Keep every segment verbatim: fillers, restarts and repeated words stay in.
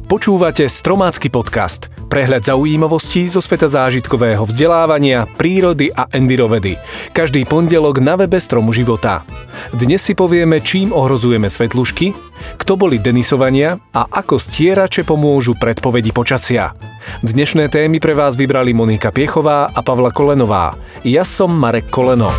Počúvate Stromácky podcast, prehľad zaujímavostí zo sveta zážitkového vzdelávania, prírody a envirovedy. Každý pondelok na webe Stromu života. Dnes si povieme, čím ohrozujeme svetlušky, kto boli Denisovania a ako stierače pomôžu predpovedi počasia. Dnešné témy pre vás vybrali Monika Piechová a Pavla Kolenová. Ja som Marek Koleno.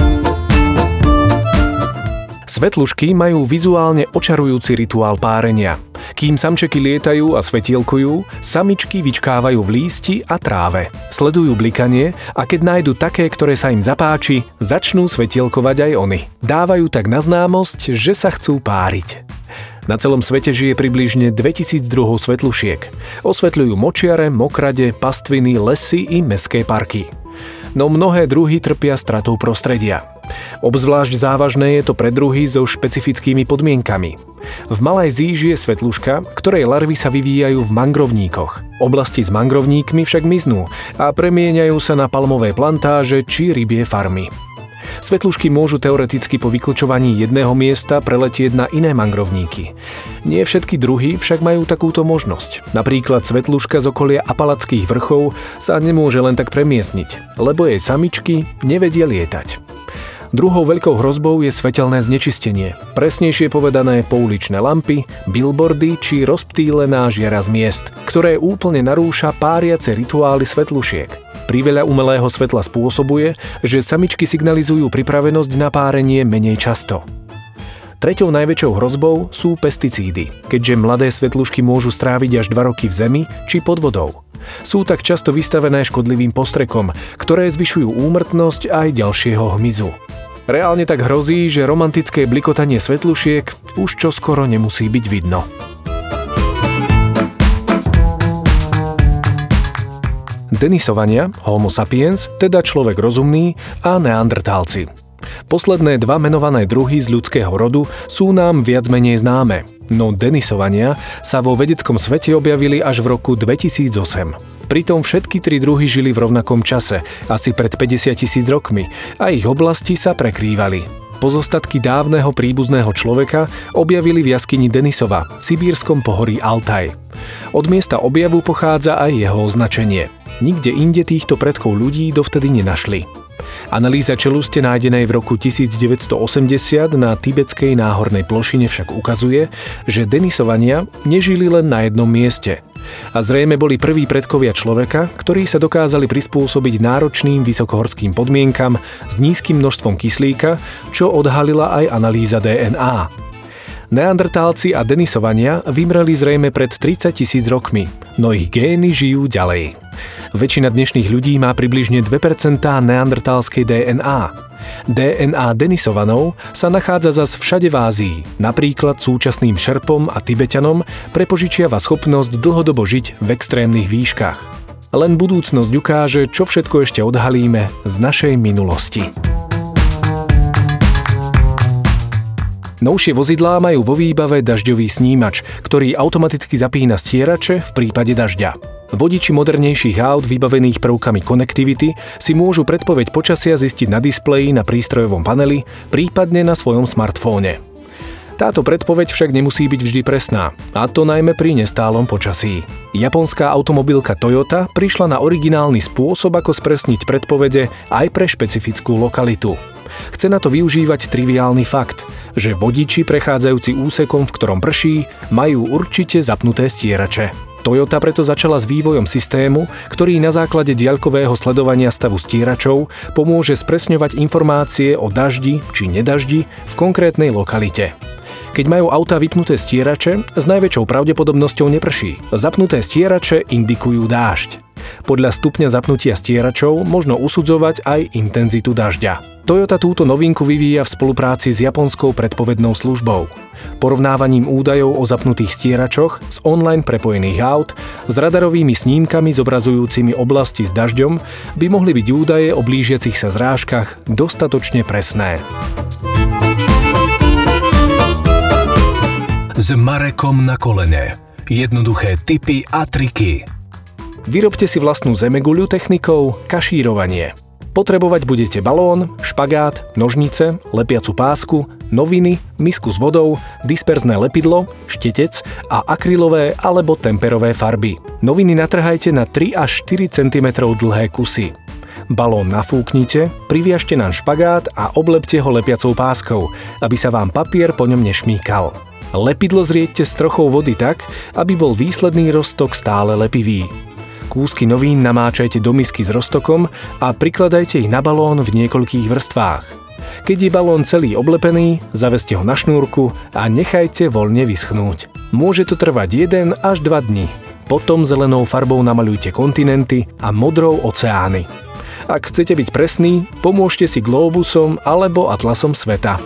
Svetlušky majú vizuálne očarujúci rituál párenia. Kým samčeky lietajú a svetielkujú, samičky vyčkávajú v lísti a tráve. Sledujú blikanie a keď nájdu také, ktoré sa im zapáči, začnú svetielkovať aj oni. Dávajú tak na známosť, že sa chcú páriť. Na celom svete žije približne dvetisíc druhov svetlušiek. Osvetľujú močiare, mokrade, pastviny, lesy i mestské parky. No mnohé druhy trpia stratou prostredia. Obzvlášť závažné je to pre druhy so špecifickými podmienkami. V Malajzii žije svetluška, ktorej larvy sa vyvíjajú v mangrovníkoch. Oblasti s mangrovníkmi však miznú a premieňajú sa na palmové plantáže či rybie farmy. Svetlušky môžu teoreticky po vyklčovaní jedného miesta preletieť na iné mangrovníky. Nie všetky druhy však majú takúto možnosť. Napríklad svetluška z okolia Apalackých vrchov sa nemôže len tak premiestniť, lebo jej samičky nevedia lietať. Druhou veľkou hrozbou je svetelné znečistenie. Presnejšie povedané pouličné lampy, billboardy či rozptýlená žiara z miest, ktoré úplne narúša páriace rituály svetlušiek. Priveľa umelého svetla spôsobuje, že samičky signalizujú pripravenosť na párenie menej často. Treťou najväčšou hrozbou sú pesticídy, keďže mladé svetlušky môžu stráviť až dva roky v zemi či pod vodou. Sú tak často vystavené škodlivým postrekom, ktoré zvyšujú úmrtnosť aj ďalšieho hmyzu. Reálne tak hrozí, že romantické blikotanie svetlušiek už čoskoro nemusí byť vidno. Denisovania, Homo sapiens, teda človek rozumný, a neandertálci. Posledné dva menované druhy z ľudského rodu sú nám viac menej známe, no Denisovania sa vo vedeckom svete objavili až v roku dvetisícosem. Pritom všetky tri druhy žili v rovnakom čase, asi pred päťdesiat tisíc rokmi, a ich oblasti sa prekrývali. Pozostatky dávneho príbuzného človeka objavili v jaskyni Denisova v sibírskom pohorí Altaj. Od miesta objavu pochádza aj jeho označenie. Nikde inde týchto predkov ľudí dovtedy nenašli. Analýza čeluste nájdenej v roku devätnásťstoosemdesiat na tibetskej náhornej plošine však ukazuje, že Denisovania nežili len na jednom mieste. A zrejme boli prví predkovia človeka, ktorí sa dokázali prispôsobiť náročným vysokohorským podmienkam s nízkym množstvom kyslíka, čo odhalila aj analýza dé en á. Neandertálci a Denisovania vymreli zrejme pred tridsať tisíc rokmi, no ich gény žijú ďalej. Väčšina dnešných ľudí má približne dve percentá neandertálskej dé en á. dé en á Denisovanov sa nachádza zas všade v Ázii, napríklad súčasným Šerpom a Tibetanom prepožičiava schopnosť dlhodobo žiť v extrémnych výškach. Len budúcnosť ukáže, čo všetko ešte odhalíme z našej minulosti. Novšie vozidlá majú vo výbave dažďový snímač, ktorý automaticky zapína stierače v prípade dažďa. Vodiči modernejších aut vybavených prvkami konektivity si môžu predpoveď počasia zistiť na displeji na prístrojovom paneli, prípadne na svojom smartfóne. Táto predpoveď však nemusí byť vždy presná, a to najmä pri nestálom počasí. Japonská automobilka Toyota prišla na originálny spôsob, ako spresniť predpovede aj pre špecifickú lokalitu. Chce na to využívať triviálny fakt, že vodiči prechádzajúci úsekom, v ktorom prší, majú určite zapnuté stierače. Toyota preto začala s vývojom systému, ktorý na základe diaľkového sledovania stavu stieračov pomôže spresňovať informácie o daždi či nedaždi v konkrétnej lokalite. Keď majú autá vypnuté stierače, s najväčšou pravdepodobnosťou neprší. Zapnuté stierače indikujú dážď. Podľa stupňa zapnutia stieračov možno usudzovať aj intenzitu dažďa. Toyota túto novinku vyvíja v spolupráci s japonskou predpovednou službou. Porovnávaním údajov o zapnutých stieračoch z online prepojených aut s radarovými snímkami zobrazujúcimi oblasti s dažďom by mohli byť údaje o blížiacich sa zrážkach dostatočne presné. S Marekom na kolene. Jednoduché tipy a triky. Vyrobte si vlastnú zemeguľu technikou kašírovanie. Potrebovať budete balón, špagát, nožnice, lepiacu pásku, noviny, misku s vodou, disperzné lepidlo, štetec a akrylové alebo temperové farby. Noviny natrhajte na tri až štyri centimetre dlhé kusy. Balón nafúknite, priviažte na špagát a oblepte ho lepiacou páskou, aby sa vám papier po ňom nešmýkal. Lepidlo zrieďte s trochou vody tak, aby bol výsledný roztok stále lepivý. Kúsky novín namáčajte do misky s roztokom a prikladajte ich na balón v niekoľkých vrstvách. Keď je balón celý oblepený, zaveste ho na šnúrku a nechajte voľne vyschnúť. Môže to trvať jeden až dva dni. Potom zelenou farbou namaľujte kontinenty a modrou oceány. Ak chcete byť presný, pomôžte si glóbusom alebo atlasom sveta.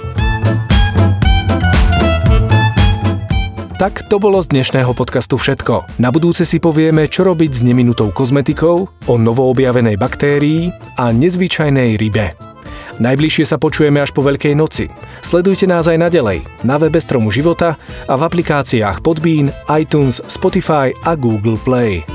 Tak to bolo z dnešného podcastu všetko. Na budúce si povieme, čo robiť s neminutou kozmetikou, o novoobjavenej baktérii a nezvyčajnej rybe. Najbližšie sa počujeme až po Veľkej noci. Sledujte nás aj naďalej na webe Stromu života a v aplikáciách Podbean, iTunes, Spotify a Google Play.